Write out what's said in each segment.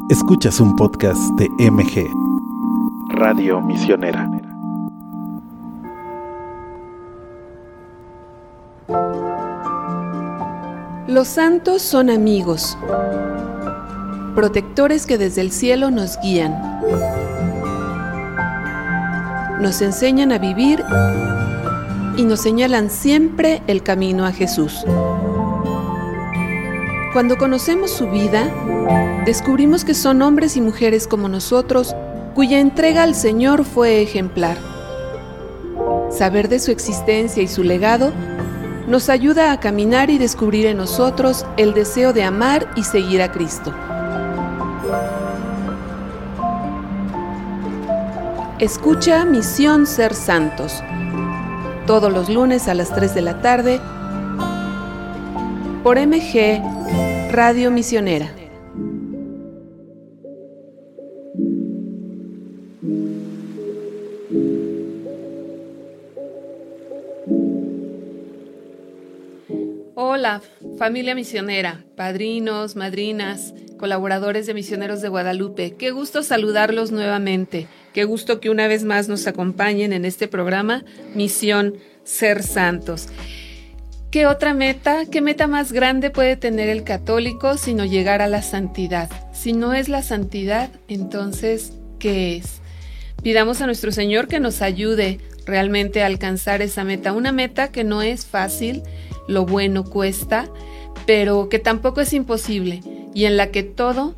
Escuchas un podcast de MG, Radio Misionera. Los santos son amigos, protectores que desde el cielo nos guían, nos enseñan a vivir y nos señalan siempre el camino a Jesús. Cuando conocemos su vida, descubrimos que son hombres y mujeres como nosotros, cuya entrega al Señor fue ejemplar. Saber de su existencia y su legado nos ayuda a caminar y descubrir en nosotros el deseo de amar y seguir a Cristo. Escucha Misión Ser Santos, todos los lunes a las 3 de la tarde, por MG, Radio Misionera. Hola, familia misionera, padrinos, madrinas, colaboradores de Misioneros de Guadalupe. Qué gusto saludarlos nuevamente. Qué gusto que una vez más nos acompañen en este programa Misión Ser Santos. ¿Qué otra meta, qué meta más grande puede tener el católico sino llegar a la santidad? Si no es la santidad, entonces, ¿qué es? Pidamos a nuestro Señor que nos ayude realmente a alcanzar esa meta. Una meta que no es fácil, lo bueno cuesta, pero que tampoco es imposible y en la que todo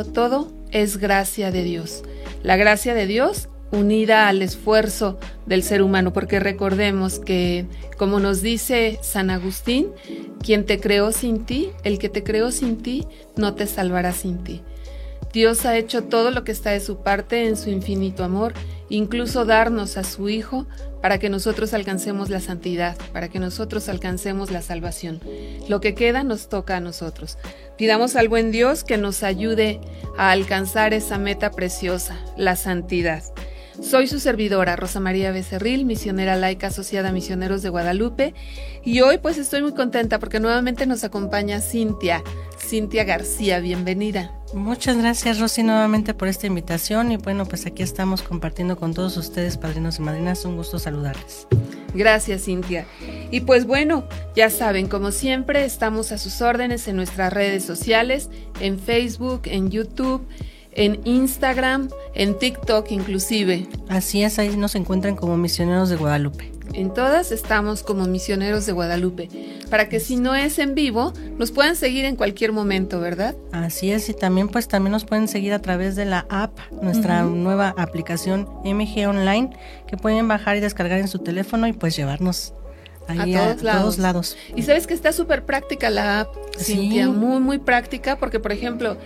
es gracia de Dios. La gracia de Dios unida al esfuerzo del ser humano, porque recordemos que, como nos dice San Agustín, quien te creó sin ti, el que te creó sin ti, no te salvará sin ti. Dios ha hecho todo lo que está de su parte en su infinito amor, incluso darnos a su Hijo para que nosotros alcancemos la santidad, para que nosotros alcancemos la salvación. Lo que queda nos toca a nosotros. Pidamos al buen Dios que nos ayude a alcanzar esa meta preciosa, la santidad. Soy su servidora, Rosa María Becerril, misionera laica asociada a Misioneros de Guadalupe, y hoy pues estoy muy contenta porque nuevamente nos acompaña Cintia García. Bienvenida. Muchas gracias, Rosy, nuevamente por esta invitación, y bueno, pues aquí estamos compartiendo con todos ustedes, padrinos y madrinas. Un gusto saludarles. Gracias, Cintia. Y pues bueno, ya saben, como siempre, estamos a sus órdenes en nuestras redes sociales, en Facebook, en YouTube, en Instagram, en TikTok inclusive. Así es, ahí nos encuentran como Misioneros de Guadalupe. En todas estamos como Misioneros de Guadalupe, para que si no es en vivo, nos puedan seguir en cualquier momento, ¿verdad? Así es, y también nos pueden seguir a través de la app, nuestra nueva aplicación MG Online, que pueden bajar y descargar en su teléfono y pues llevarnos ahí a todos lados. Y sabes que está súper práctica la app, Cintia, sí. Muy, muy práctica, porque por ejemplo,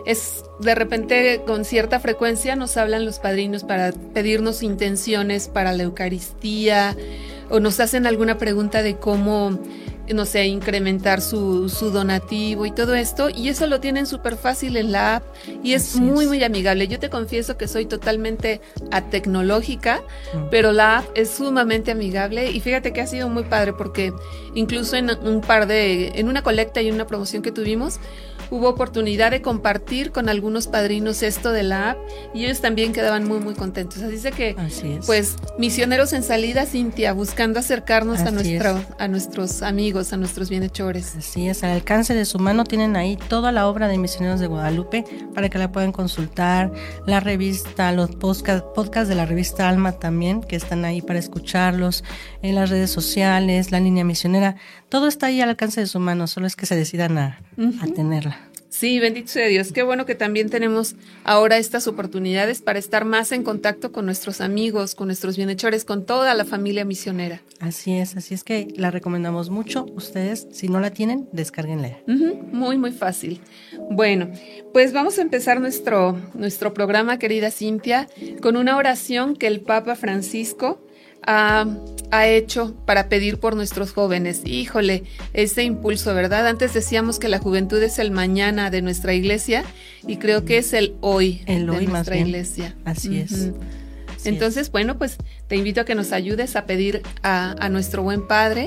de repente con cierta frecuencia nos hablan los padrinos para pedirnos intenciones para la Eucaristía, o nos hacen alguna pregunta de cómo, no sé, incrementar su donativo y todo esto, y eso lo tienen súper fácil en la app, y es muy, muy amigable. Yo te confieso que soy totalmente atecnológica, pero la app es sumamente amigable, y fíjate que ha sido muy padre, porque incluso en una colecta y en una promoción que tuvimos, hubo oportunidad de compartir con algunos padrinos esto de la app, y ellos también quedaban muy, muy contentos. Así es que, pues, misioneros en salida, Cintia, buscando acercarnos a nuestros amigos, a nuestros bienhechores. Así es, al alcance de su mano tienen ahí toda la obra de Misioneros de Guadalupe para que la puedan consultar, la revista, los podcasts de la revista Alma también, que están ahí para escucharlos, en las redes sociales, la línea misionera, todo está ahí al alcance de su mano, solo es que se decidan a tenerla. Sí, bendito sea Dios. Qué bueno que también tenemos ahora estas oportunidades para estar más en contacto con nuestros amigos, con nuestros bienhechores, con toda la familia misionera. Así es que la recomendamos mucho. Ustedes, si no la tienen, descárguenla. Muy, muy fácil. Bueno, pues vamos a empezar nuestro programa, querida Cintia, con una oración que el Papa Francisco ha hecho para pedir por nuestros jóvenes. Híjole, ese impulso, ¿verdad? Antes decíamos que la juventud es el mañana de nuestra iglesia, y creo que es el hoy de nuestra iglesia. Así es. Entonces, bueno, pues te invito a que nos ayudes a pedir a nuestro buen Padre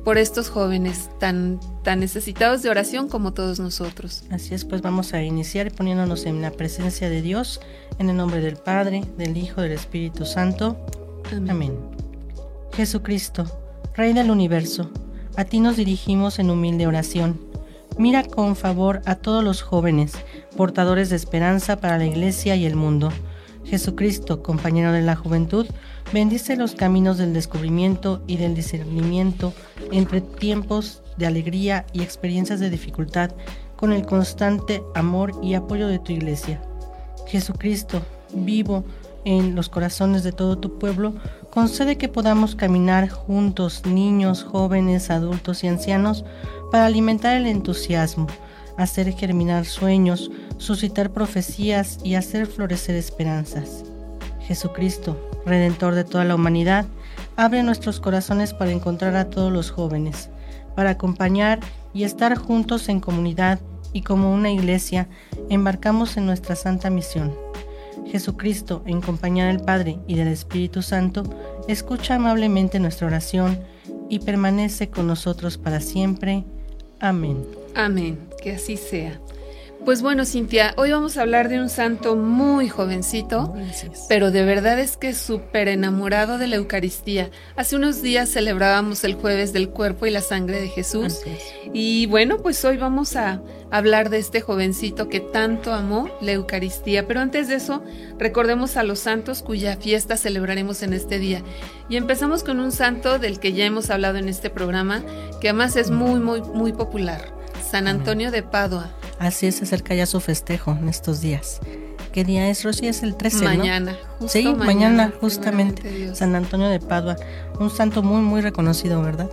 por estos jóvenes tan necesitados de oración como todos nosotros. Así es, pues vamos a iniciar poniéndonos en la presencia de Dios, en el nombre del Padre, del Hijo, del Espíritu Santo. Amén. Jesucristo, Rey del universo, a ti nos dirigimos en humilde oración. Mira con favor a todos los jóvenes, portadores de esperanza para la Iglesia y el mundo. Jesucristo, compañero de la juventud, bendice los caminos del descubrimiento y del discernimiento entre tiempos de alegría y experiencias de dificultad, con el constante amor y apoyo de tu Iglesia. Jesucristo, vivo en los corazones de todo tu pueblo, concede que podamos caminar juntos, niños, jóvenes, adultos y ancianos, para alimentar el entusiasmo, hacer germinar sueños, suscitar profecías y hacer florecer esperanzas. Jesucristo, Redentor de toda la humanidad, abre nuestros corazones para encontrar a todos los jóvenes, para acompañar y estar juntos en comunidad, y como una iglesia, embarcamos en nuestra santa misión. Jesucristo, en compañía del Padre y del Espíritu Santo, escucha amablemente nuestra oración y permanece con nosotros para siempre. Amén. Amén, que así sea. Pues bueno, Cintia, hoy vamos a hablar de un santo muy jovencito, pero de verdad es que súper enamorado de la Eucaristía. Hace unos días celebrábamos el jueves del cuerpo y la sangre de Jesús. Y bueno, pues hoy vamos a hablar de este jovencito que tanto amó la Eucaristía. Pero antes de eso, recordemos a los santos cuya fiesta celebraremos en este día. Y empezamos con un santo del que ya hemos hablado en este programa, que además es muy popular, San Antonio de Padua. Así es, se acerca ya su festejo en estos días. ¿Qué día es, Rosy? Es el 13, mañana, ¿no? Sí, mañana justamente. San Antonio de Padua, un santo muy reconocido, ¿verdad?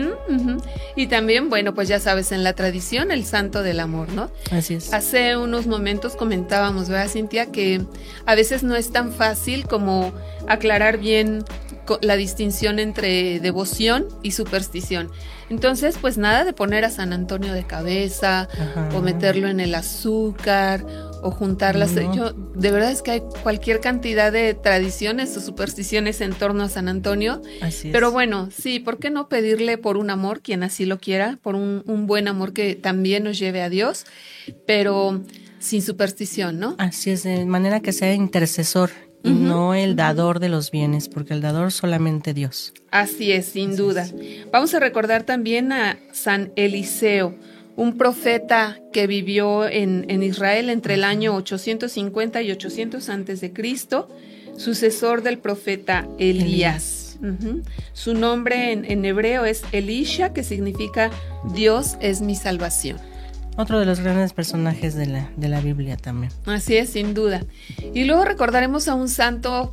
Y también, bueno, pues ya sabes, en la tradición, el santo del amor, ¿no? Así es. Hace unos momentos comentábamos, ¿verdad, Cintia? Que a veces no es tan fácil como aclarar bien la distinción entre devoción y superstición. Entonces, pues nada de poner a San Antonio de cabeza, o meterlo en el azúcar, o juntarlas. Yo, de verdad es que hay cualquier cantidad de tradiciones o supersticiones en torno a San Antonio. Así es. Pero bueno, sí, ¿por qué no pedirle por un amor, quien así lo quiera, por un buen amor que también nos lleve a Dios, pero sin superstición, ¿no? Así es, de manera que sea intercesor. Y no el dador de los bienes, porque el dador solamente Dios. Así es, sin duda. Vamos a recordar también a San Eliseo, un profeta que vivió en Israel entre el año 850 y 800 antes de Cristo, sucesor del profeta Elías. Su nombre en hebreo es Elisha, que significa Dios es mi salvación. Otro de los grandes personajes de la Biblia también. Así es, sin duda. Y luego recordaremos a un santo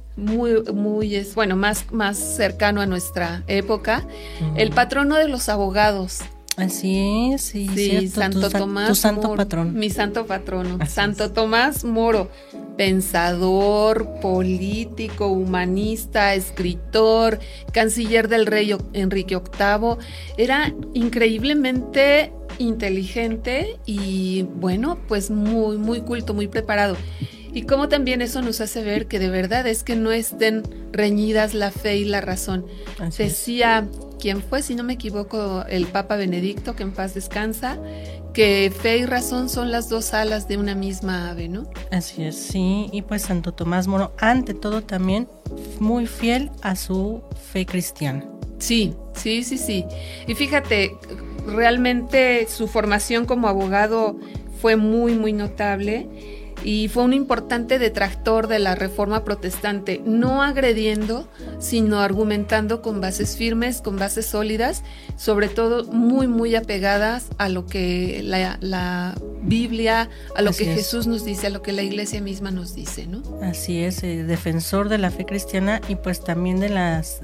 más cercano a nuestra época, el patrono de los abogados. Así es, sí, cierto. Santo Tomás, tu santo Moro, patrón. Mi santo patrono, Así Santo es. Tomás Moro, pensador, político, humanista, escritor, canciller del rey Enrique VIII. Era increíblemente inteligente y bueno, pues muy culto, muy preparado. Y como también eso nos hace ver que de verdad es que no estén reñidas la fe y la razón. Así Decía, ¿quién fue? Si no me equivoco, el Papa Benedicto, que en paz descansa, que fe y razón son las dos alas de una misma ave, ¿no? Así es, sí. Y pues Santo Tomás Moro, ante todo también muy fiel a su fe cristiana. Sí. Y fíjate, realmente su formación como abogado fue muy notable y fue un importante detractor de la Reforma Protestante, no agrediendo, sino argumentando con bases firmes, con bases sólidas, sobre todo muy apegadas a lo que la Biblia, a lo que Jesús nos dice, a lo que la Iglesia misma nos dice, ¿no? Así es, defensor de la fe cristiana y pues también de las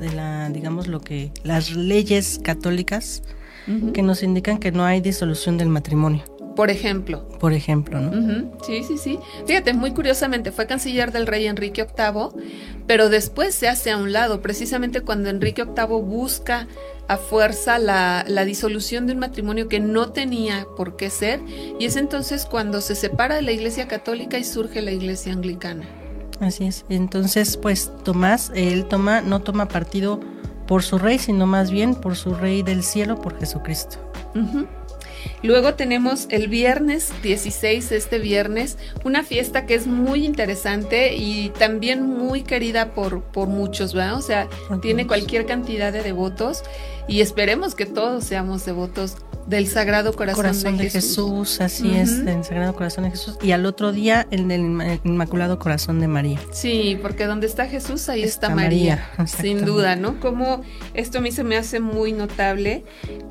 leyes católicas que nos indican que no hay disolución del matrimonio. Por ejemplo, ¿no? Sí. Fíjate, muy curiosamente fue canciller del rey Enrique VIII, pero después se hace a un lado, precisamente cuando Enrique VIII busca a fuerza la disolución de un matrimonio que no tenía por qué ser, y es entonces cuando se separa de la Iglesia Católica y surge la Iglesia Anglicana. Así es. Entonces, pues Tomás, él no toma partido por su Rey, sino más bien por su Rey del cielo, por Jesucristo. Uh-huh. Luego tenemos el viernes 16, este viernes, una fiesta que es muy interesante y también muy querida por muchos, ¿verdad? O sea, tiene cualquier cantidad de devotos y esperemos que todos seamos devotos del Sagrado Corazón de Jesús. Así es, del Sagrado Corazón de Jesús. Y al otro día, el del Inmaculado Corazón de María. Sí, porque donde está Jesús, ahí está María, sin duda, ¿no? Como esto a mí se me hace muy notable,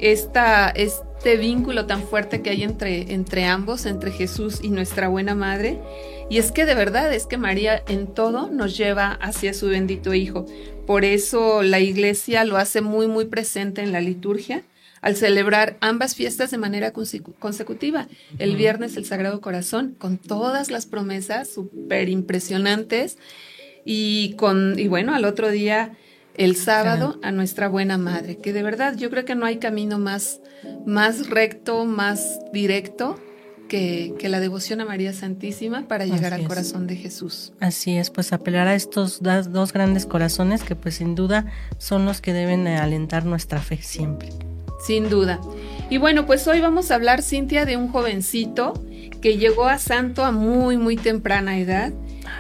este vínculo tan fuerte que hay entre ambos, entre Jesús y nuestra buena Madre. Y es que de verdad, es que María en todo nos lleva hacia su bendito Hijo. Por eso la Iglesia lo hace muy, muy presente en la liturgia, al celebrar ambas fiestas de manera consecutiva. El viernes el Sagrado Corazón, con todas las promesas súper impresionantes, y bueno, al otro día el sábado a nuestra buena Madre, que de verdad yo creo que no hay camino más recto, más directo que la devoción a María Santísima para llegar al corazón de Jesús. Así es, pues apelar a estos dos grandes corazones que pues sin duda son los que deben alentar nuestra fe siempre. Sin duda. Y bueno, pues hoy vamos a hablar, Cintia, de un jovencito que llegó a santo a muy, muy temprana edad.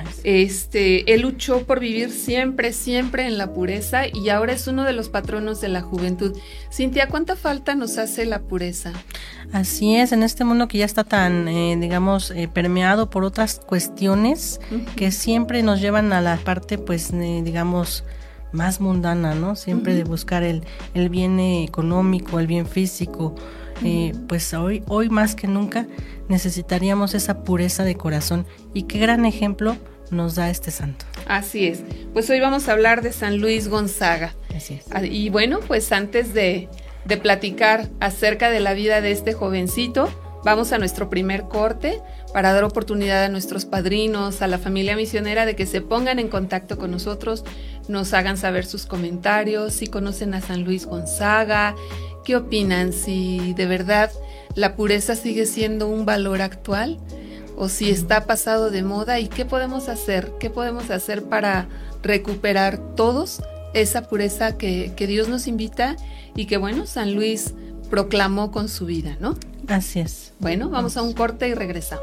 Él luchó por vivir siempre, siempre en la pureza y ahora es uno de los patronos de la juventud. Cintia, ¿cuánta falta nos hace la pureza? Así es, en este mundo que ya está tan, permeado por otras cuestiones que siempre nos llevan a la parte, pues, digamos, más mundana, ¿no? Siempre de buscar el bien económico, el bien físico. Pues hoy más que nunca necesitaríamos esa pureza de corazón, y qué gran ejemplo nos da este santo. Así es, pues hoy vamos a hablar de San Luis Gonzaga. Así es. Y bueno, pues antes de platicar acerca de la vida de este jovencito, vamos a nuestro primer corte para dar oportunidad a nuestros padrinos, a la familia misionera, de que se pongan en contacto con nosotros, nos hagan saber sus comentarios, si conocen a San Luis Gonzaga, qué opinan, si de verdad la pureza sigue siendo un valor actual o si está pasado de moda, y qué podemos hacer para recuperar todos esa pureza que Dios nos invita y que, bueno, San Luis proclamó con su vida, ¿no? Así es. Bueno, vamos a un corte y regresamos.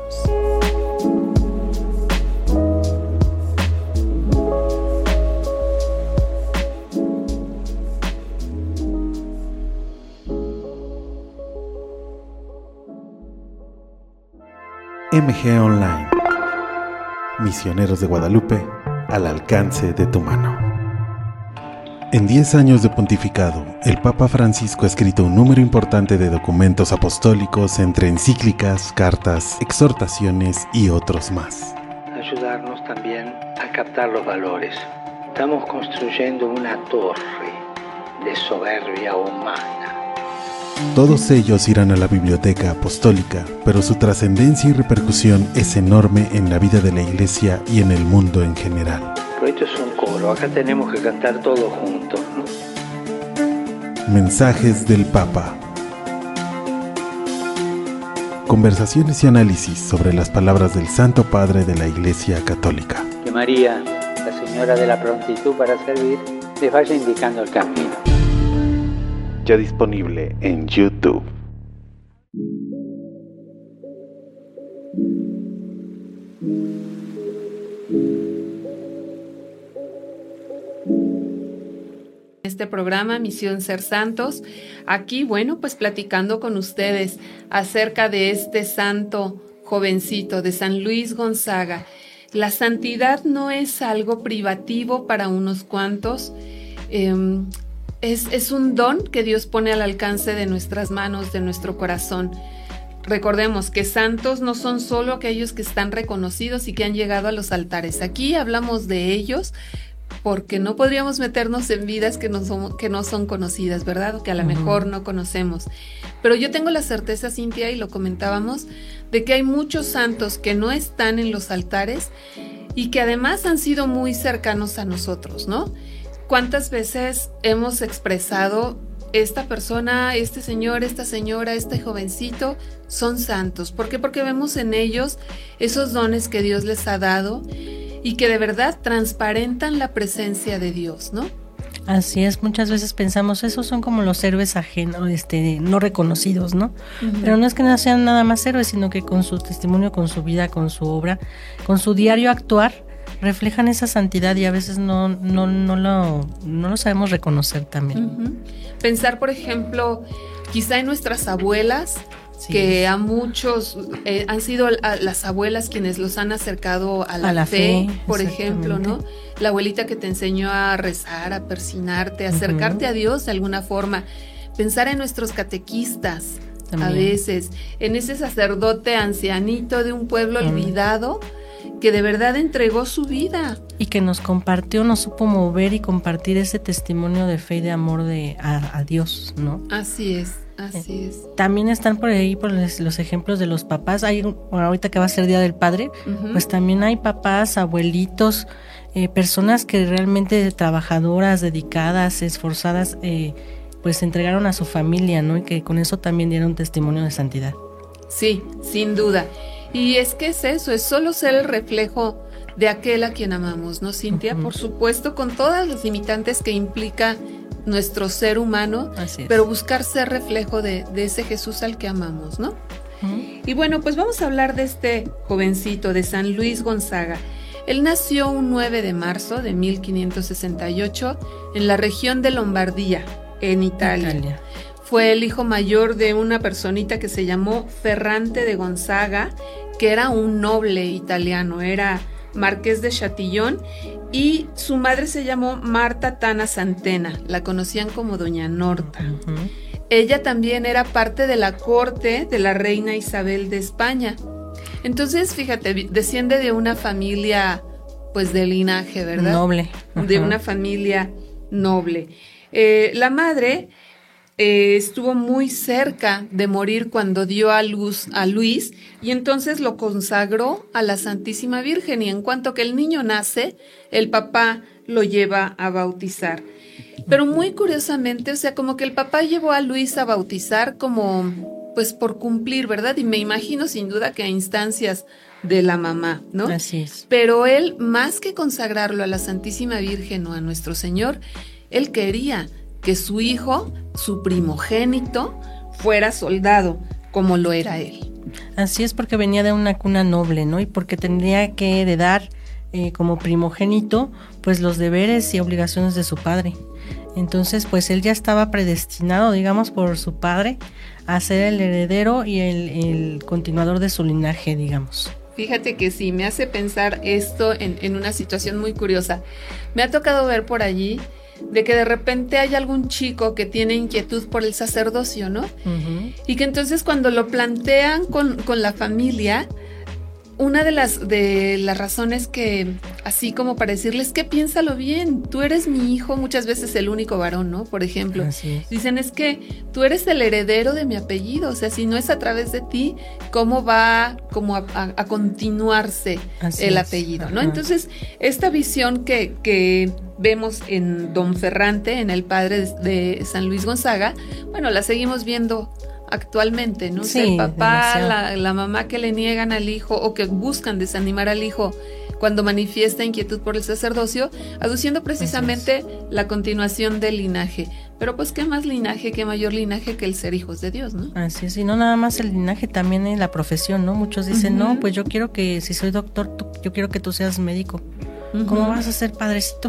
MG Online. Misioneros de Guadalupe al alcance de tu mano. En 10 años de pontificado, el Papa Francisco ha escrito un número importante de documentos apostólicos entre encíclicas, cartas, exhortaciones y otros más. Ayudarnos también a captar los valores. Estamos construyendo una torre de soberbia humana. Todos ellos irán a la biblioteca apostólica, pero su trascendencia y repercusión es enorme en la vida de la Iglesia y en el mundo en general. Pero esto es un coro, acá tenemos que cantar todos juntos, ¿no? Mensajes del Papa. Conversaciones y análisis sobre las palabras del Santo Padre de la Iglesia Católica. Que María, la Señora de la prontitud para servir, les vaya indicando el camino. Ya disponible en YouTube. Este programa Misión Ser Santos, aquí, bueno, pues platicando con ustedes acerca de este santo jovencito de San Luis Gonzaga. La santidad no es algo privativo para unos cuantos, es un don que Dios pone al alcance de nuestras manos, de nuestro corazón. Recordemos que santos no son solo aquellos que están reconocidos y que han llegado a los altares. Aquí hablamos de ellos porque no podríamos meternos en vidas que no son conocidas, ¿verdad? O que a lo mejor no conocemos. Pero yo tengo la certeza, Cintia, y lo comentábamos, de que hay muchos santos que no están en los altares y que además han sido muy cercanos a nosotros, ¿no? ¿Cuántas veces hemos expresado, esta persona, este señor, esta señora, este jovencito son santos? ¿Por qué? Porque vemos en ellos esos dones que Dios les ha dado y que de verdad transparentan la presencia de Dios, ¿no? Así es, muchas veces pensamos, esos son como los héroes ajenos, no reconocidos, ¿no? Pero no es que no sean nada más héroes, sino que con su testimonio, con su vida, con su obra, con su diario actuar, reflejan esa santidad y a veces no lo sabemos reconocer también. Pensar, por ejemplo, quizá en nuestras abuelas, sí, que a muchos han sido las abuelas quienes los han acercado a la fe, por ejemplo, ¿no? La abuelita que te enseñó a rezar, a persignarte, a acercarte a Dios de alguna forma. Pensar en nuestros catequistas también, a veces, en ese sacerdote ancianito de un pueblo olvidado que de verdad entregó su vida. Y que nos compartió, nos supo mover y compartir ese testimonio de fe y de amor a Dios, ¿no? Así es. Así es. También están por ahí los ejemplos de los papás. Ahorita que va a ser Día del Padre, pues también hay papás, abuelitos, personas que realmente trabajadoras, dedicadas, esforzadas, pues se entregaron a su familia, ¿no? Y que con eso también dieron testimonio de santidad. Sí, sin duda. Y es que es eso, es solo ser el reflejo de aquel a quien amamos, ¿no, Cintia? Por supuesto, con todas las limitantes que implica nuestro ser humano, pero buscar ser reflejo de ese Jesús al que amamos, ¿no? Y bueno, pues vamos a hablar de este jovencito, de San Luis Gonzaga. Él nació un 9 de marzo de 1568 en la región de Lombardía, en Italia. Fue el hijo mayor de una personita que se llamó Ferrante de Gonzaga, que era un noble italiano, era marqués de Chatillon, y su madre se llamó Marta Tana Santena, la conocían como Doña Norta. Ella también era parte de la corte de la reina Isabel de España. Entonces, fíjate, desciende de una familia, pues de linaje, ¿verdad? Noble. De una familia noble. La madre estuvo muy cerca de morir cuando dio a luz a Luis y entonces lo consagró a la Santísima Virgen, y en cuanto que el niño nace, el papá lo lleva a bautizar. Pero muy curiosamente, o sea, como que el papá llevó a Luis a bautizar como, pues por cumplir, ¿verdad? Y me imagino sin duda que a instancias de la mamá, ¿no? Así es. Pero él, más que consagrarlo a la Santísima Virgen o a nuestro Señor, él quería que su hijo, su primogénito, fuera soldado, como lo era él. Así es, porque venía de una cuna noble, ¿no? Y porque tendría que heredar como primogénito, pues los deberes y obligaciones de su padre. Entonces, pues él ya estaba predestinado, digamos, por su padre a ser el heredero y el continuador de su linaje, digamos. Fíjate que sí, me hace pensar esto en una situación muy curiosa. Me ha tocado ver por allí de que de repente hay algún chico que tiene inquietud por el sacerdocio, ¿no? Y que entonces cuando lo plantean con la familia, una de las razones que, así como para decirles que piénsalo bien, tú eres mi hijo, muchas veces el único varón, ¿no? Por ejemplo, dicen es que tú eres el heredero de mi apellido, o sea, si no es a través de ti, ¿cómo va como a continuarse el apellido, ¿no? Entonces, esta visión que vemos en Don Ferrante, en el padre de San Luis Gonzaga, bueno, la seguimos viendo actualmente, ¿no? Sí, el papá, la mamá que le niegan al hijo o que buscan desanimar al hijo cuando manifiesta inquietud por el sacerdocio, aduciendo precisamente la continuación del linaje. Pero pues qué más linaje, qué mayor linaje que el ser hijos de Dios, ¿no? Así es, y no nada más el linaje, también en la profesión, ¿no? Muchos dicen, no, pues yo quiero que, si soy doctor, yo quiero que tú seas médico. ¿Cómo vas a ser padrecito?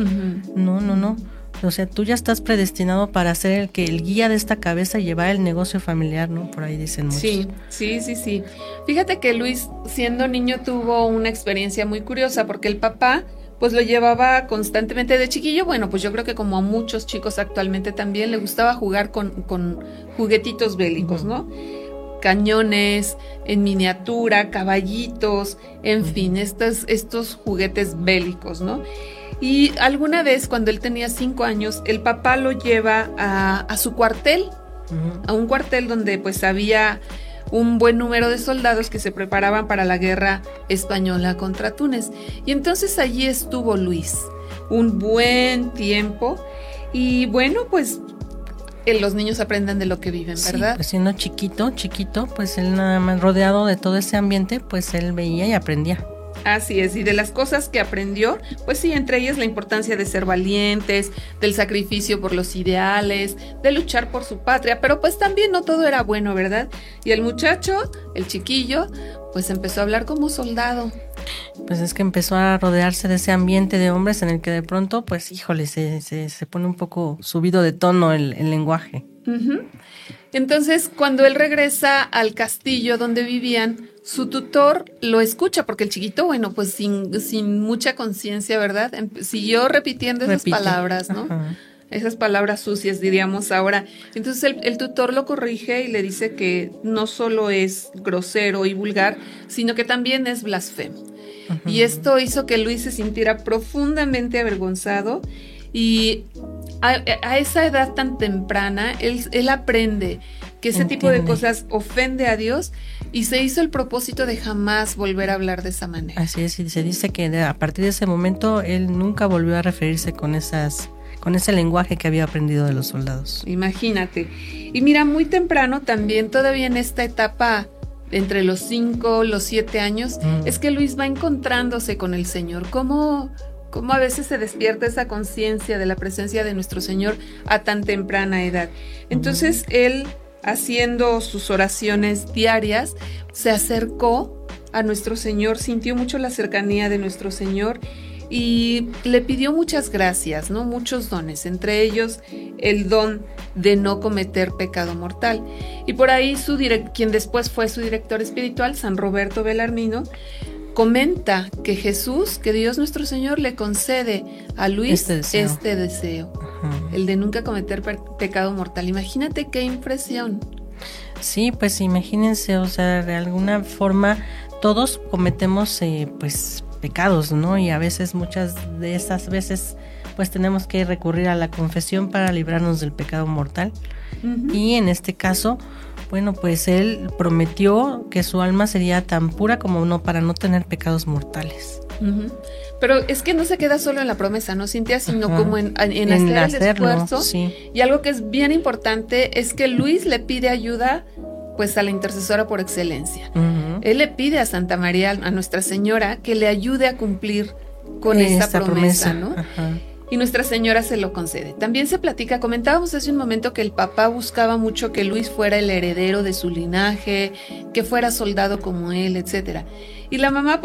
No. O sea, tú ya estás predestinado para ser el guía de esta cabeza y llevar el negocio familiar, ¿no? Por ahí dicen muchos. Sí. Fíjate que Luis, siendo niño, tuvo una experiencia muy curiosa porque el papá, pues lo llevaba constantemente de chiquillo. Bueno, pues yo creo que como a muchos chicos actualmente también le gustaba jugar con juguetitos bélicos, ¿no? Cañones en miniatura, caballitos, en fin, estos juguetes bélicos, ¿no? Y alguna vez cuando él tenía 5 años, el papá lo lleva a su cuartel, a un cuartel donde pues había un buen número de soldados que se preparaban para la guerra española contra Túnez. Y entonces allí estuvo Luis un buen tiempo y bueno, pues los niños aprenden de lo que viven, ¿verdad? Sí, pues siendo chiquito, pues él nada más rodeado de todo ese ambiente, pues él veía y aprendía. Así es, y de las cosas que aprendió, pues sí, entre ellas la importancia de ser valientes, del sacrificio por los ideales, de luchar por su patria, pero pues también no todo era bueno, ¿verdad? Y el muchacho, el chiquillo, pues empezó a hablar como soldado. Pues es que empezó a rodearse de ese ambiente de hombres en el que de pronto, pues híjole, se pone un poco subido de tono el lenguaje. Uh-huh. Entonces, cuando él regresa al castillo donde vivían, su tutor lo escucha, porque el chiquito, bueno, pues sin mucha conciencia, ¿verdad? Siguió repitiendo esas palabras, ¿no? Ajá. Esas palabras sucias, diríamos ahora. Entonces el tutor lo corrige y le dice que no solo es grosero y vulgar, sino que también es blasfemo. Uh-huh. Y esto hizo que Luis se sintiera profundamente avergonzado, y a esa edad tan temprana, él aprende que ese tipo de cosas ofende a Dios, y se hizo el propósito de jamás volver a hablar de esa manera. Así es, y se dice que a partir de ese momento él nunca volvió a referirse con ese lenguaje que había aprendido de los soldados. Imagínate. Y mira, muy temprano también, todavía en esta etapa entre los 5, los 7 años, es que Luis va encontrándose con el Señor. ¿Cómo a veces se despierta esa conciencia de la presencia de nuestro Señor a tan temprana edad? Entonces él, haciendo sus oraciones diarias, se acercó a nuestro Señor, sintió mucho la cercanía de nuestro Señor y le pidió muchas gracias, ¿no? Muchos dones, entre ellos el don de no cometer pecado mortal. Y por ahí quien después fue su director espiritual, San Roberto Belarmino, comenta que Jesús, que Dios nuestro Señor, le concede a Luis este deseo, el de nunca cometer pecado mortal. Imagínate qué impresión. Sí, pues imagínense, o sea, de alguna forma todos cometemos pues pecados, ¿no? Y a veces, muchas de esas veces, pues tenemos que recurrir a la confesión para librarnos del pecado mortal. Uh-huh. Y en este caso, bueno, pues él prometió que su alma sería tan pura como no, para no tener pecados mortales. Uh-huh. Pero es que no se queda solo en la promesa, ¿no, Cintia? Sino como en hacer el esfuerzo. Sí. Y algo que es bien importante es que Luis le pide ayuda, pues, a la intercesora por excelencia. Uh-huh. Él le pide a Santa María, a Nuestra Señora, que le ayude a cumplir con esta promesa, ¿no? Uh-huh. Y Nuestra Señora se lo concede. También se platica, comentábamos hace un momento que el papá buscaba mucho que Luis fuera el heredero de su linaje, que fuera soldado como él, etcétera. Y la mamá,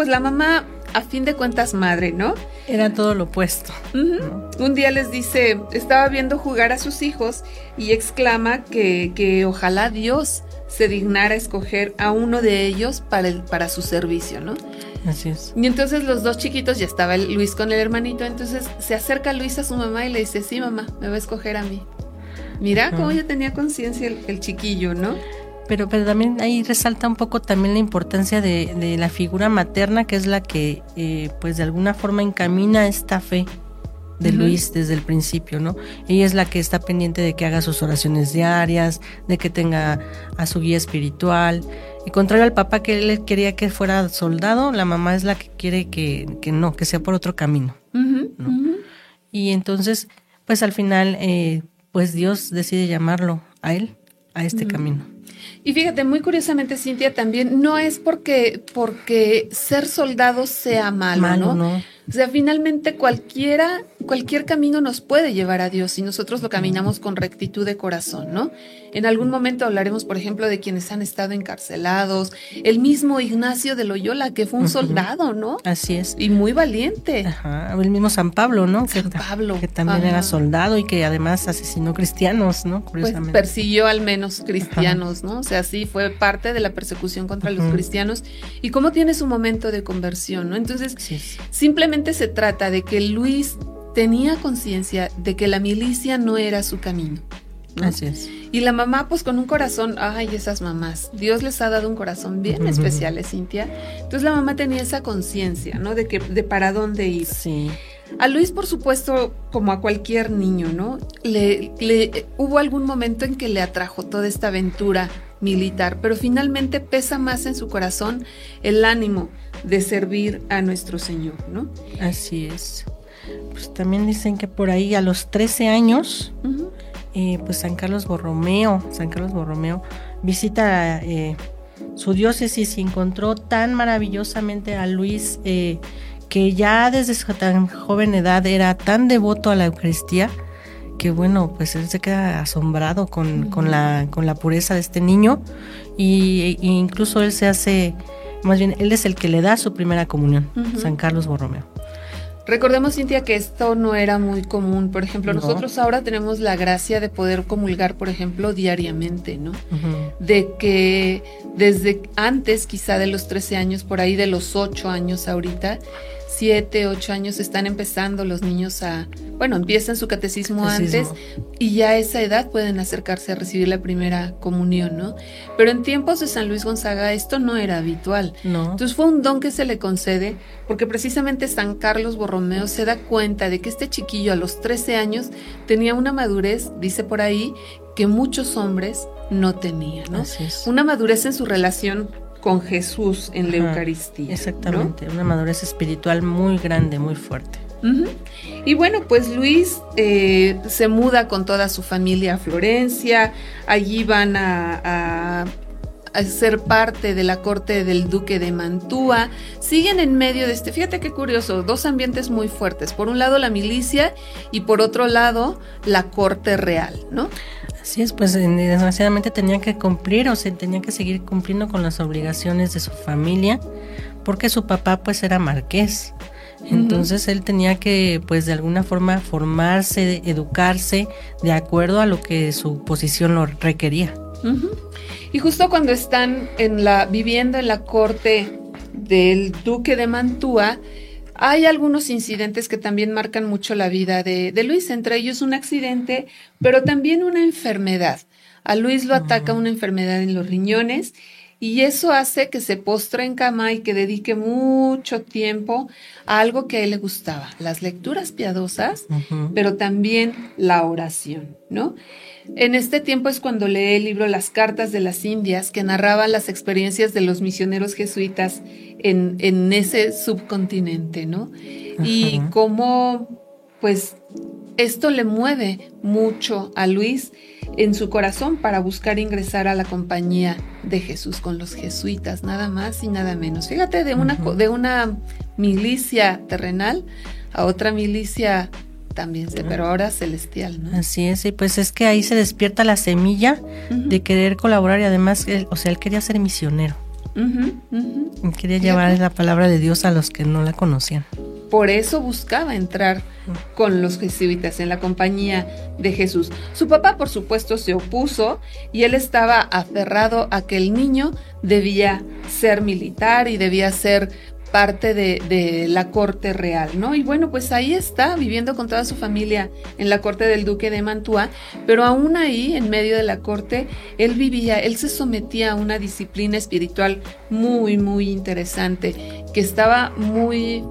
a fin de cuentas, madre, ¿no? Era todo lo opuesto. Uh-huh. ¿No? Un día les dice, estaba viendo jugar a sus hijos y exclama que ojalá Dios se dignara escoger a uno de ellos para su servicio, ¿no? Así es. Y entonces los dos chiquitos, ya estaba Luis con el hermanito, entonces se acerca Luis a su mamá y le dice, sí, mamá, me va a escoger a mí. Mira cómo ya tenía conciencia el chiquillo, ¿no? Pero también ahí resalta un poco también la importancia de la figura materna, que es la que pues de alguna forma encamina esta fe de uh-huh. Luis desde el principio, ¿no? Ella es la que está pendiente de que haga sus oraciones diarias, de que tenga a su guía espiritual. Y contrario al papá, que él quería que fuera soldado, la mamá es la que quiere que no, que sea por otro camino, uh-huh, ¿no? Uh-huh. Y entonces, pues al final, pues Dios decide llamarlo a él, a este uh-huh. camino. Y fíjate, muy curiosamente, Cintia, también no es porque ser soldado sea malo, ¿no? O sea, finalmente cualquier camino nos puede llevar a Dios si nosotros lo caminamos con rectitud de corazón, ¿no? En algún momento hablaremos, por ejemplo, de quienes han estado encarcelados. El mismo Ignacio de Loyola, que fue un soldado, ¿no? Así es. Y muy valiente. Ajá. El mismo San Pablo, ¿no? San Pablo. Que también ajá. era soldado y que además asesinó cristianos, ¿no? Curiosamente. Pues persiguió al menos cristianos, ajá. ¿no? O sea, sí fue parte de la persecución contra los cristianos. Y cómo tiene su momento de conversión, ¿no? Entonces, sí. Simplemente se trata de que Luis tenía conciencia de que la milicia no era su camino, ¿no? Así es. Y la mamá, pues con un corazón, ay, esas mamás, Dios les ha dado un corazón bien especial, Cintia. Entonces la mamá tenía esa conciencia, ¿no? De para dónde ir. Sí. A Luis, por supuesto, como a cualquier niño, ¿no? Hubo algún momento en que le atrajo toda esta aventura militar, pero finalmente pesa más en su corazón el ánimo de servir a nuestro Señor, ¿no? Así es. Pues también dicen que por ahí a los 13 años, uh-huh. Pues San Carlos Borromeo visita su diócesis encontró tan maravillosamente a Luis, que ya desde su tan joven edad era tan devoto a la Eucaristía, que bueno, pues él se queda asombrado con la pureza de este niño, y incluso él se hace, más bien él es el que le da su primera comunión, San Carlos Borromeo. Recordemos, Cintia, que esto no era muy común. Por ejemplo, No. nosotros ahora tenemos la gracia de poder comulgar, por ejemplo, diariamente, ¿no? De que desde antes, quizá de los 13 años, por ahí de los 8 años ahorita, 7, 8 años, están empezando los niños empiezan su catecismo antes, y ya a esa edad pueden acercarse a recibir la primera comunión, ¿no? Pero en tiempos de San Luis Gonzaga esto no era habitual. No. Entonces fue un don que se le concede porque precisamente San Carlos Borromeo se da cuenta de que este chiquillo a los 13 años tenía una madurez, dice por ahí, que muchos hombres no tenían, ¿no? Así es. Una madurez en su relación con Jesús en la Eucaristía. Exactamente, ¿no? Una madurez espiritual muy grande, muy fuerte. Y bueno, pues Luis se muda con toda su familia a Florencia. Allí van a ser parte de la corte del duque de Mantua. Siguen en medio de fíjate qué curioso, dos ambientes muy fuertes. Por un lado la milicia y por otro lado la corte real, ¿no? Así es, pues desgraciadamente tenían que cumplir, o sea, tenían que seguir cumpliendo con las obligaciones de su familia, porque su papá pues era marqués. Entonces él tenía que, pues de alguna forma, formarse, educarse de acuerdo a lo que su posición lo requería. Y justo cuando están viviendo en la corte del duque de Mantua, hay algunos incidentes que también marcan mucho la vida de Luis, entre ellos un accidente, pero también una enfermedad. A Luis lo ataca una enfermedad en los riñones, y eso hace que se postre en cama y que dedique mucho tiempo a algo que a él le gustaba, las lecturas piadosas, pero también la oración, ¿no? En este tiempo es cuando lee el libro Las Cartas de las Indias, que narraban las experiencias de los misioneros jesuitas en ese subcontinente, ¿no? Y cómo, pues, esto le mueve mucho a Luis en su corazón para buscar ingresar a la compañía de Jesús con los jesuitas, nada más y nada menos. Fíjate, de una milicia terrenal a otra milicia también, pero ahora celestial, ¿no? Así es, y pues es que ahí se despierta la semilla de querer colaborar, y además, él quería ser misionero. Quería llevar la palabra de Dios a los que no la conocían. Por eso buscaba entrar con los jesuitas en la compañía de Jesús. Su papá, por supuesto, se opuso, y él estaba aferrado a que el niño debía ser militar y debía ser parte de la corte real, ¿no? Y bueno, pues ahí está, viviendo con toda su familia en la corte del duque de Mantua, pero aún ahí, en medio de la corte, él se sometía a una disciplina espiritual muy, muy interesante, que estaba muy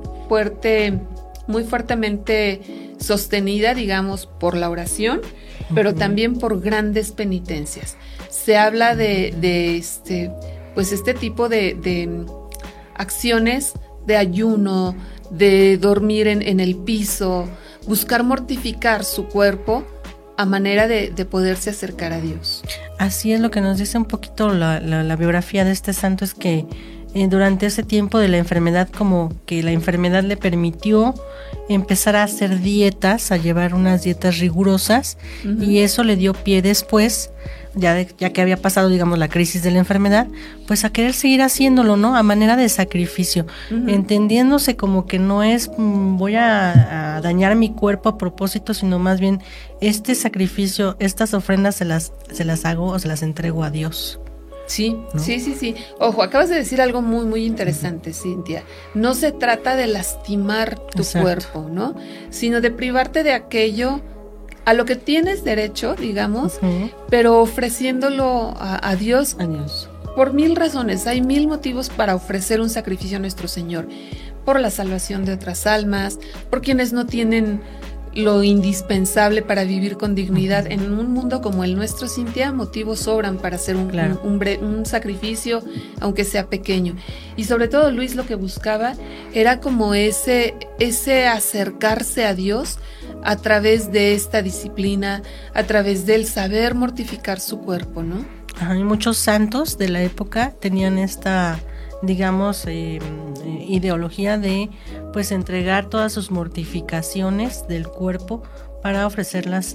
fuertemente sostenida, digamos, por la oración, pero también por grandes penitencias. Se habla de este tipo de acciones de ayuno, de dormir en el piso, buscar mortificar su cuerpo a manera de poderse acercar a Dios. Así es, lo que nos dice un poquito la biografía de este santo es que durante ese tiempo de la enfermedad, como que la enfermedad le permitió empezar a hacer dietas, a llevar unas dietas rigurosas, y eso le dio pie después, ya que había pasado, digamos, la crisis de la enfermedad, pues a querer seguir haciéndolo, ¿no? A manera de sacrificio, entendiéndose como que no es voy a dañar mi cuerpo a propósito, sino más bien este sacrificio, estas ofrendas se las hago o se las entrego a Dios. Sí, ¿no? Sí. Ojo, acabas de decir algo muy, muy interesante, Cintia. No se trata de lastimar tu cuerpo, ¿no? Sino de privarte de aquello a lo que tienes derecho, digamos, pero ofreciéndolo a Dios. Por 1000 razones. Hay 1000 motivos para ofrecer un sacrificio a nuestro Señor. Por la salvación de otras almas, por quienes no tienen lo indispensable para vivir con dignidad. En un mundo como el nuestro, Cintia, motivos sobran para hacer un sacrificio, aunque sea pequeño. Y sobre todo Luis lo que buscaba era como ese acercarse a Dios a través de esta disciplina, a través del saber mortificar su cuerpo, ¿no? Y muchos santos de la época tenían esta, digamos, ideología de pues entregar todas sus mortificaciones del cuerpo para ofrecerlas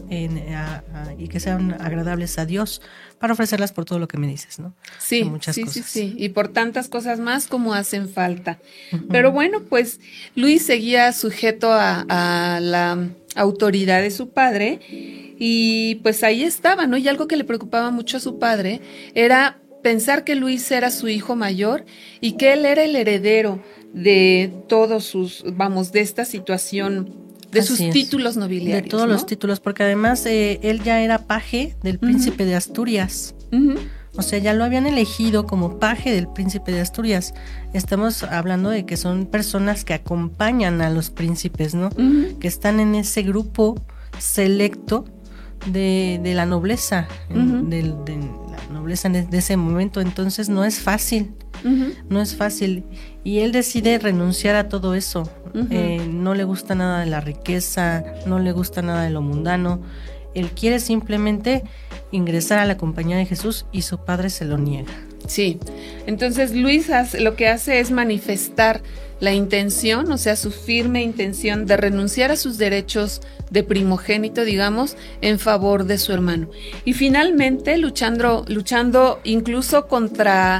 y que sean agradables a Dios, para ofrecerlas por todo lo que me dices, ¿no? Sí, muchas cosas. Sí, y por tantas cosas más como hacen falta. Pero bueno, pues Luis seguía sujeto a la autoridad de su padre y pues ahí estaba, ¿no? Y algo que le preocupaba mucho a su padre era pensar que Luis era su hijo mayor y que él era el heredero de todos sus, de esta situación, de sus títulos nobiliarios. De todos los títulos, porque además él ya era paje del príncipe de Asturias. O sea, ya lo habían elegido como paje del príncipe de Asturias. Estamos hablando de que son personas que acompañan a los príncipes, ¿no? Que están en ese grupo selecto de la nobleza, de la nobleza de ese momento. Entonces no es fácil, no es fácil. Y él decide renunciar a todo eso. No le gusta nada de la riqueza, no le gusta nada de lo mundano. Él quiere simplemente ingresar a la compañía de Jesús y su padre se lo niega. Sí, entonces Luis lo que hace es manifestar la intención, o sea, su firme intención de renunciar a sus derechos de primogénito, digamos, en favor de su hermano. Y finalmente luchando incluso contra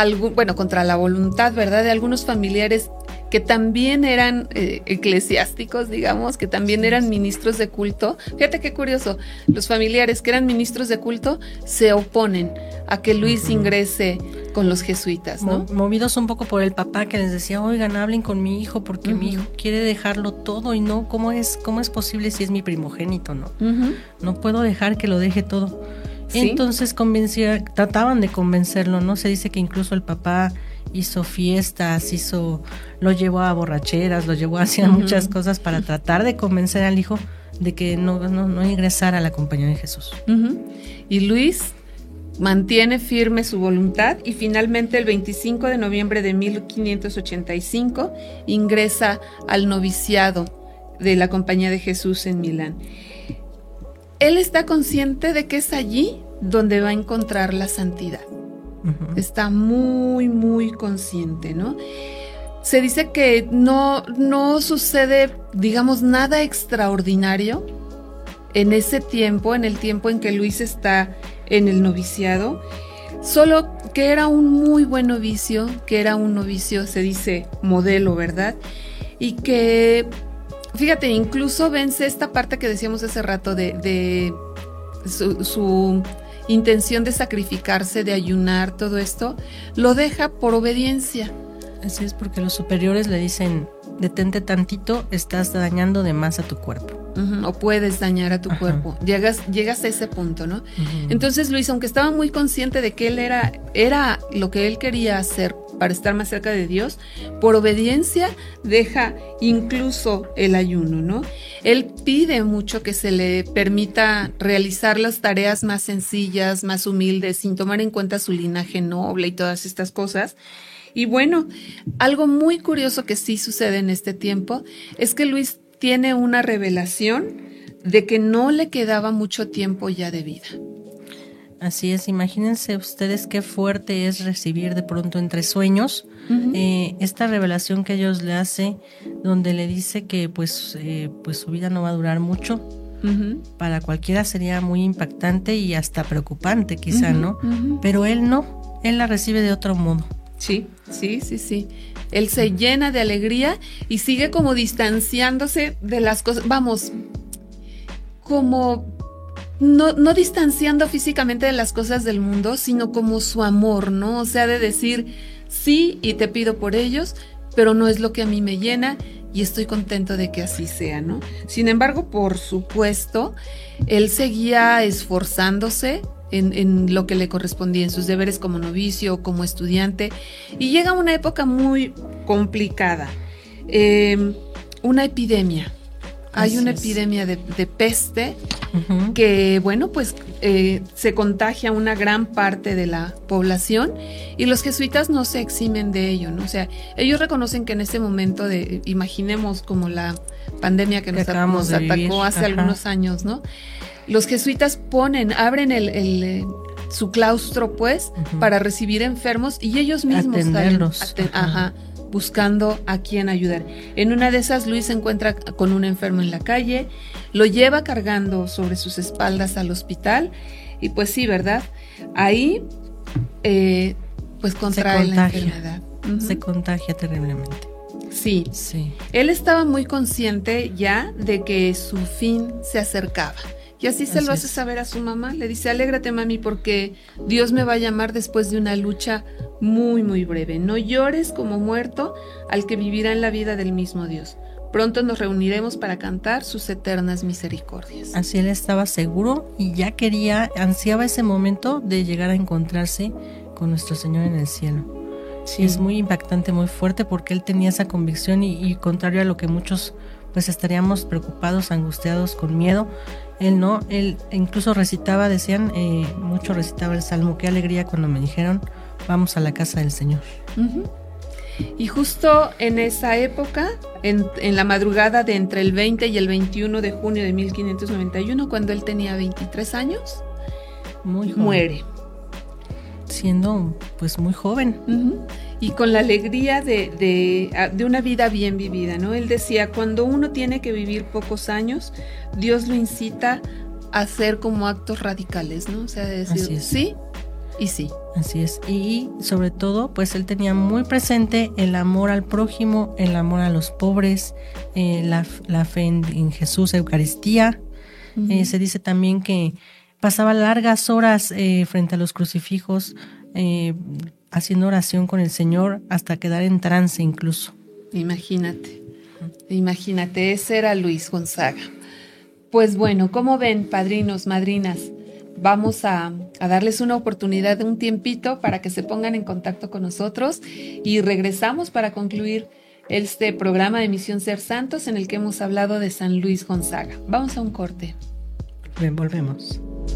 la voluntad, ¿verdad?, de algunos familiares que también eran eclesiásticos, digamos, que también eran ministros de culto. Fíjate qué curioso, los familiares que eran ministros de culto se oponen a que Luis ingrese con los jesuitas, ¿no? Movidos un poco por el papá que les decía, oigan, hablen con mi hijo porque mi hijo quiere dejarlo todo y no, ¿cómo es posible si es mi primogénito, no? No puedo dejar que lo deje todo. ¿Sí? Entonces trataban de convencerlo, ¿no? Se dice que incluso el papá hizo fiestas, lo llevó a borracheras, lo llevó hacia muchas cosas para tratar de convencer al hijo de que no ingresara a la compañía de Jesús. Y Luis mantiene firme su voluntad y finalmente el 25 de noviembre de 1585 ingresa al noviciado de la Compañía de Jesús en Milán. Él está consciente de que es allí donde va a encontrar la santidad. Está muy, muy consciente, ¿no? Se dice que no sucede, digamos, nada extraordinario en ese tiempo, en el tiempo en que Luis está en el noviciado, solo que era un muy buen novicio, se dice modelo, ¿verdad? Y que, fíjate, incluso vence esta parte que decíamos hace rato de su intención de sacrificarse, de ayunar, todo esto, lo deja por obediencia. Así es, porque los superiores le dicen, detente tantito, estás dañando de más a tu cuerpo. O puedes dañar a tu cuerpo. Llegas a ese punto, ¿no? Entonces Luis, aunque estaba muy consciente de que él era lo que él quería hacer para estar más cerca de Dios, por obediencia deja incluso el ayuno, ¿no? Él pide mucho que se le permita realizar las tareas más sencillas, más humildes, sin tomar en cuenta su linaje noble y todas estas cosas. Y bueno, algo muy curioso que sí sucede en este tiempo es que Luis tiene una revelación de que no le quedaba mucho tiempo ya de vida. Así es, imagínense ustedes qué fuerte es recibir de pronto entre sueños esta revelación que Dios le hace, donde le dice que pues su vida no va a durar mucho. Para cualquiera sería muy impactante y hasta preocupante quizá, ¿no? Pero él no, él la recibe de otro modo. Sí. Él se llena de alegría y sigue como distanciándose de las cosas, como no distanciando físicamente de las cosas del mundo, sino como su amor, ¿no? O sea, de decir, sí, y te pido por ellos, pero no es lo que a mí me llena y estoy contento de que así sea, ¿no? Sin embargo, por supuesto, él seguía esforzándose en lo que le correspondía, en sus deberes como novicio, como estudiante, y llega una época muy complicada, una epidemia. Hay una epidemia de peste que, bueno, pues se contagia a una gran parte de la población y los jesuitas no se eximen de ello, ¿no? O sea, ellos reconocen que en ese momento imaginemos como la pandemia que nos atacó hace algunos años, ¿no? Los jesuitas abren su claustro, pues, para recibir enfermos y ellos mismos atenderlos. Buscando a quién ayudar. En una de esas, Luis se encuentra con un enfermo en la calle, lo lleva cargando sobre sus espaldas al hospital y pues sí, ¿verdad? Ahí, pues contrae la enfermedad. Se contagia terriblemente. Sí. Él estaba muy consciente ya de que su fin se acercaba. Y así se lo hace saber a su mamá. Le dice, alégrate, mami, porque Dios me va a llamar después de una lucha muy, muy breve. No llores como muerto al que vivirá en la vida del mismo Dios. Pronto nos reuniremos para cantar sus eternas misericordias. Así él estaba seguro y ya ansiaba ese momento de llegar a encontrarse con nuestro Señor en el cielo. Sí, es muy impactante, muy fuerte, porque él tenía esa convicción y contrario a lo que muchos pues estaríamos preocupados, angustiados, con miedo, él no, él incluso recitaba, mucho recitaba el Salmo, qué alegría cuando me dijeron, vamos a la casa del Señor. Y justo en esa época, en la madrugada de entre el 20 y el 21 de junio de 1591, cuando él tenía 23 años, muere. Siendo pues muy joven. Y con la alegría de una vida bien vivida, ¿no? Él decía, cuando uno tiene que vivir pocos años, Dios lo incita a hacer como actos radicales, ¿no? O sea, de decir sí y sí. Así es. Y sobre todo, pues él tenía muy presente el amor al prójimo, el amor a los pobres, la fe en Jesús, Eucaristía. Se dice también que pasaba largas horas frente a los crucifijos, haciendo oración con el Señor hasta quedar en trance incluso. Imagínate, ese era Luis Gonzaga. Pues bueno, ¿cómo ven, padrinos, madrinas? Vamos a darles una oportunidad de un tiempito para que se pongan en contacto con nosotros y regresamos para concluir este programa de Misión Ser Santos en el que hemos hablado de San Luis Gonzaga. Vamos a un corte. Bien, volvemos.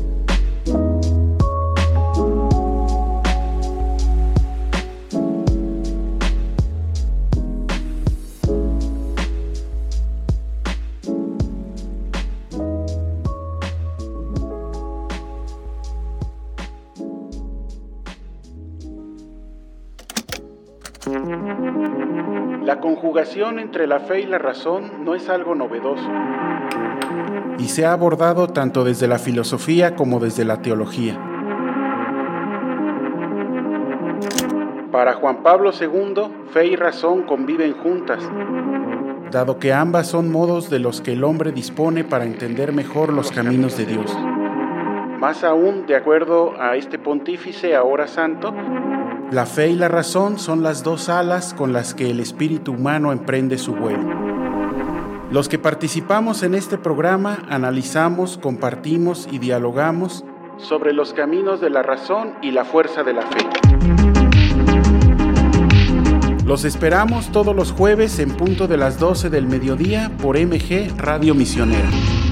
La conjugación entre la fe y la razón no es algo novedoso y se ha abordado tanto desde la filosofía como desde la teología. Para Juan Pablo II, fe y razón conviven juntas, dado que ambas son modos de los que el hombre dispone para entender mejor los caminos de Dios. Más aún, de acuerdo a este pontífice ahora santo, la fe y la razón son las dos alas con las que el espíritu humano emprende su vuelo. Los que participamos en este programa analizamos, compartimos y dialogamos sobre los caminos de la razón y la fuerza de la fe. Los esperamos todos los jueves en punto de las 12 del mediodía por MG Radio Misionera.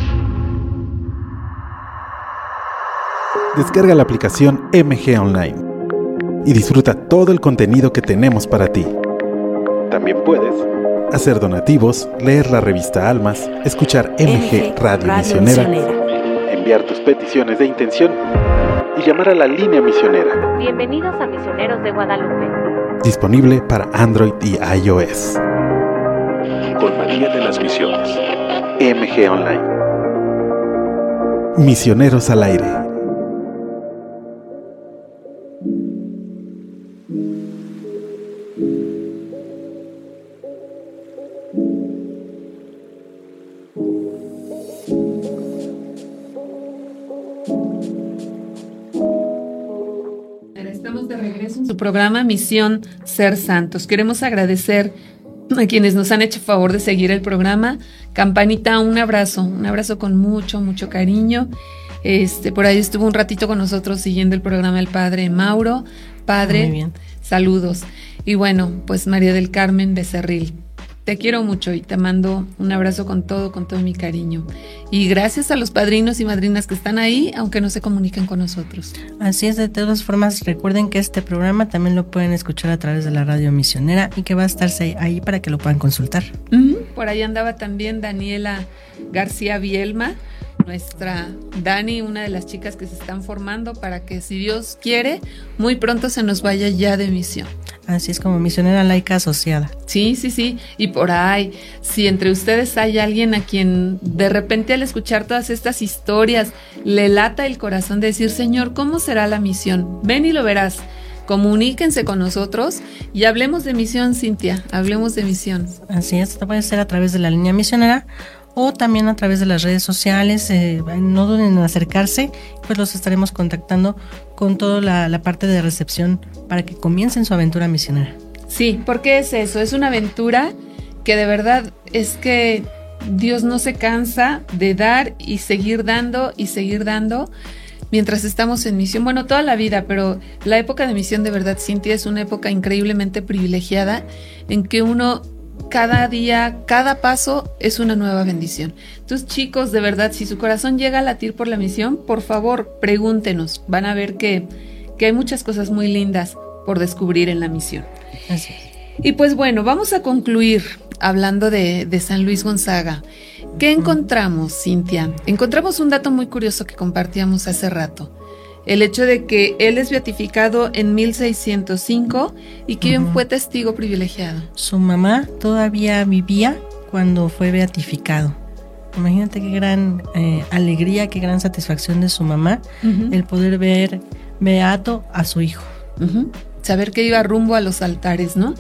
Descarga la aplicación MG Online y disfruta todo el contenido que tenemos para ti. También puedes hacer donativos, leer la revista Almas, escuchar MG Radio Misionera, enviar tus peticiones de intención y llamar a la línea misionera. Bienvenidos a Misioneros de Guadalupe. Disponible para Android y iOS. Con María de las Misiones. MG Online. Misioneros al aire. Estamos de regreso en su programa Misión Ser Santos. Queremos agradecer a quienes nos han hecho favor de seguir el programa. Campanita, un abrazo con mucho, mucho cariño. Por ahí estuvo un ratito con nosotros siguiendo el programa el padre Mauro. Padre, muy bien. Saludos. Y bueno, pues María del Carmen Becerril, te quiero mucho y te mando un abrazo con todo mi cariño. Y gracias a los padrinos y madrinas que están ahí, aunque no se comuniquen con nosotros. Así es, de todas formas, recuerden que este programa también lo pueden escuchar a través de la radio misionera y que va a estarse ahí para que lo puedan consultar. Por ahí andaba también Daniela García Bielma nuestra Dani, una de las chicas que se están formando para que, si Dios quiere, muy pronto se nos vaya ya de misión. Así es, como misionera laica asociada. Sí. Y por ahí, si entre ustedes hay alguien a quien de repente al escuchar todas estas historias le lata el corazón de decir, Señor, ¿cómo será la misión? Ven y lo verás. Comuníquense con nosotros y hablemos de misión, Cintia, hablemos de misión. Así es, esto puede ser a través de la línea misionera o también a través de las redes sociales. No duden en acercarse, pues los estaremos contactando con toda la parte de recepción para que comiencen su aventura misionera. Sí, porque es eso, es una aventura que de verdad es que Dios no se cansa de dar y seguir dando mientras estamos en misión. Bueno, toda la vida, pero la época de misión de verdad, Cintia, es una época increíblemente privilegiada en que uno cada día, cada paso es una nueva bendición. Entonces, chicos, de verdad, si su corazón llega a latir por la misión, por favor, pregúntenos. Van a ver que hay muchas cosas muy lindas por descubrir en la misión. Así es. Y pues bueno, vamos a concluir hablando de San Luis Gonzaga. ¿Qué encontramos, Cintia? Encontramos un dato muy curioso que compartíamos hace rato. El hecho de que él es beatificado en 1605 y que fue testigo privilegiado. Su mamá todavía vivía cuando fue beatificado. Imagínate qué gran alegría, qué gran satisfacción de su mamá, el poder ver beato a su hijo. Saber que iba rumbo a los altares, ¿no?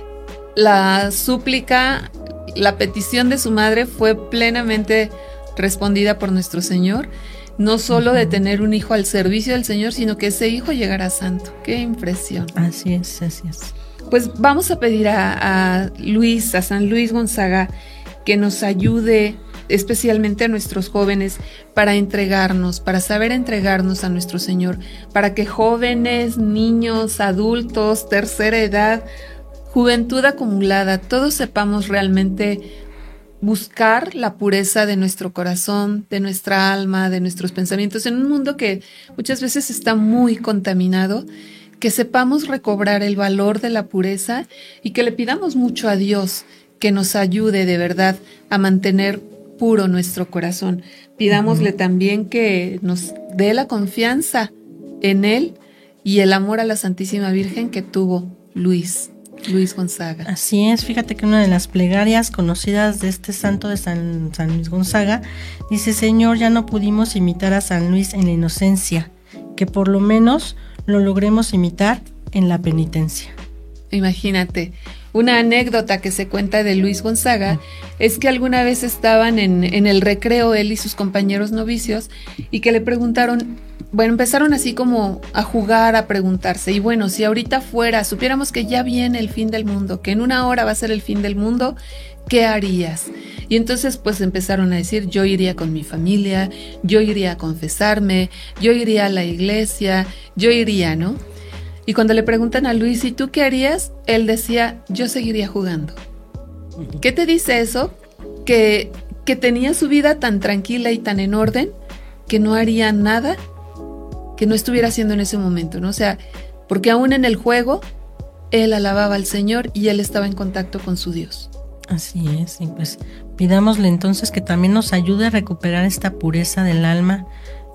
La súplica, la petición de su madre fue plenamente respondida por nuestro Señor. No solo de tener un hijo al servicio del Señor, sino que ese hijo llegara santo. ¡Qué impresión! Así es. Pues vamos a pedir a San Luis Gonzaga, que nos ayude, especialmente a nuestros jóvenes, para saber entregarnos a nuestro Señor, para que jóvenes, niños, adultos, tercera edad, juventud acumulada, todos sepamos realmente buscar la pureza de nuestro corazón, de nuestra alma, de nuestros pensamientos, en un mundo que muchas veces está muy contaminado, que sepamos recobrar el valor de la pureza y que le pidamos mucho a Dios que nos ayude de verdad a mantener puro nuestro corazón. Pidámosle también que nos dé la confianza en Él y el amor a la Santísima Virgen que tuvo Luis Gonzaga. Así es, fíjate que una de las plegarias conocidas de este santo de San Luis Gonzaga dice: Señor, ya no pudimos imitar a San Luis en la inocencia, que por lo menos lo logremos imitar en la penitencia. Imagínate, una anécdota que se cuenta de Luis Gonzaga es que alguna vez estaban en el recreo él y sus compañeros novicios y que le preguntaron, empezaron así como a jugar, a preguntarse, y bueno, si ahorita supiéramos que ya viene el fin del mundo, que en 1 hora va a ser el fin del mundo, ¿qué harías? Y entonces pues empezaron a decir, yo iría con mi familia, yo iría a confesarme, yo iría a la iglesia, yo iría, ¿no? Y cuando le preguntan a Luis, ¿y tú qué harías? Él decía, yo seguiría jugando. ¿Qué te dice eso? Que tenía su vida tan tranquila y tan en orden que no haría nada que no estuviera haciendo en ese momento, ¿no? O sea, porque aún en el juego, él alababa al Señor y él estaba en contacto con su Dios. Así es, y pues pidámosle entonces que también nos ayude a recuperar esta pureza del alma.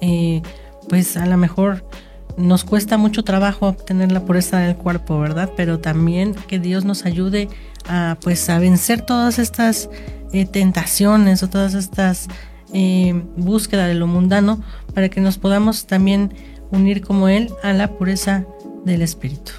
Pues a lo mejor nos cuesta mucho trabajo obtener la pureza del cuerpo, ¿verdad? Pero también que Dios nos ayude a vencer todas estas tentaciones o todas estas búsquedas de lo mundano, para que nos podamos también unir como Él a la pureza del espíritu.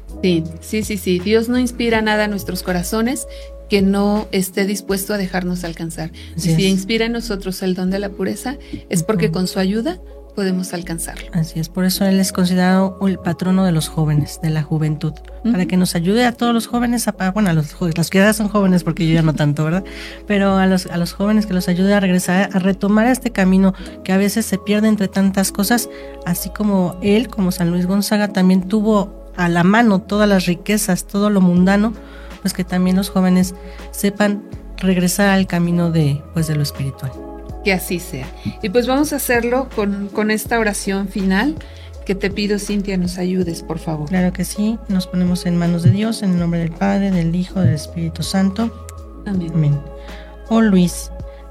Sí. Dios no inspira nada a nuestros corazones que no esté dispuesto a dejarnos alcanzar. Así si es. inspira en nosotros el don de la pureza, es porque con su ayuda podemos alcanzarlo. Así es, por eso Él es considerado el patrono de los jóvenes, de la juventud, para que nos ayude a todos los jóvenes, a los que ya son jóvenes, porque yo ya no tanto, ¿verdad? Pero a los jóvenes, que los ayude a regresar, a retomar este camino que a veces se pierde entre tantas cosas, así como él, como San Luis Gonzaga, también tuvo a la mano todas las riquezas, todo lo mundano, pues que también los jóvenes sepan regresar al camino de lo espiritual. Que así sea. Y pues vamos a hacerlo con esta oración final que te pido, Cintia, nos ayudes, por favor. Claro que sí, nos ponemos en manos de Dios, en el nombre del Padre, del Hijo, del Espíritu Santo. Amén. Amén. Oh Luis,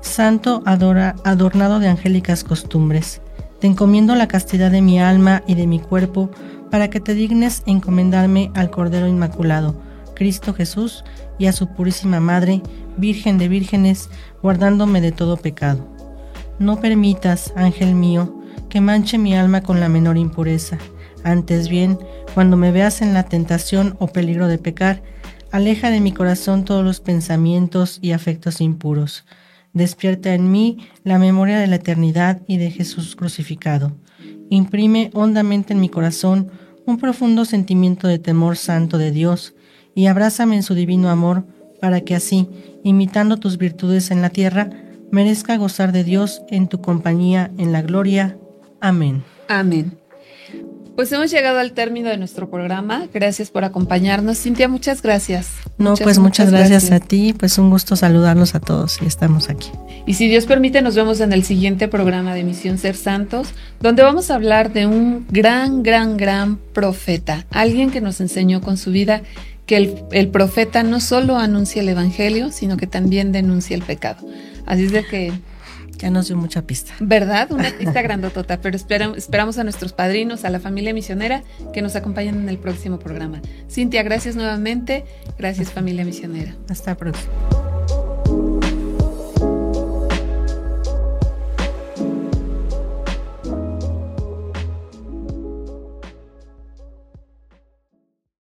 Santo adornado de angélicas costumbres, te encomiendo la castidad de mi alma y de mi cuerpo, para que te dignes encomendarme al Cordero Inmaculado, Cristo Jesús, y a su purísima Madre, Virgen de vírgenes, guardándome de todo pecado. No permitas, ángel mío, que manche mi alma con la menor impureza. Antes bien, cuando me veas en la tentación o peligro de pecar, aleja de mi corazón todos los pensamientos y afectos impuros. Despierta en mí la memoria de la eternidad y de Jesús crucificado. Imprime hondamente en mi corazón un profundo sentimiento de temor santo de Dios, y abrázame en su divino amor, para que así, imitando tus virtudes en la tierra, merezca gozar de Dios en tu compañía en la gloria. Amén. Amén. Pues hemos llegado al término de nuestro programa. Gracias por acompañarnos. Cintia, muchas gracias. Muchas gracias a ti. Pues un gusto saludarlos a todos y estamos aquí. Y si Dios permite, nos vemos en el siguiente programa de Misión Ser Santos, donde vamos a hablar de un gran profeta, alguien que nos enseñó con su vida que el profeta no solo anuncia el evangelio, sino que también denuncia el pecado. Así es de que... Ya nos dio mucha pista. ¿Verdad? Una pista grandotota, pero esperamos a nuestros padrinos, a la familia misionera, que nos acompañen en el próximo programa. Cintia, gracias nuevamente. Gracias, familia misionera. Hasta la próxima.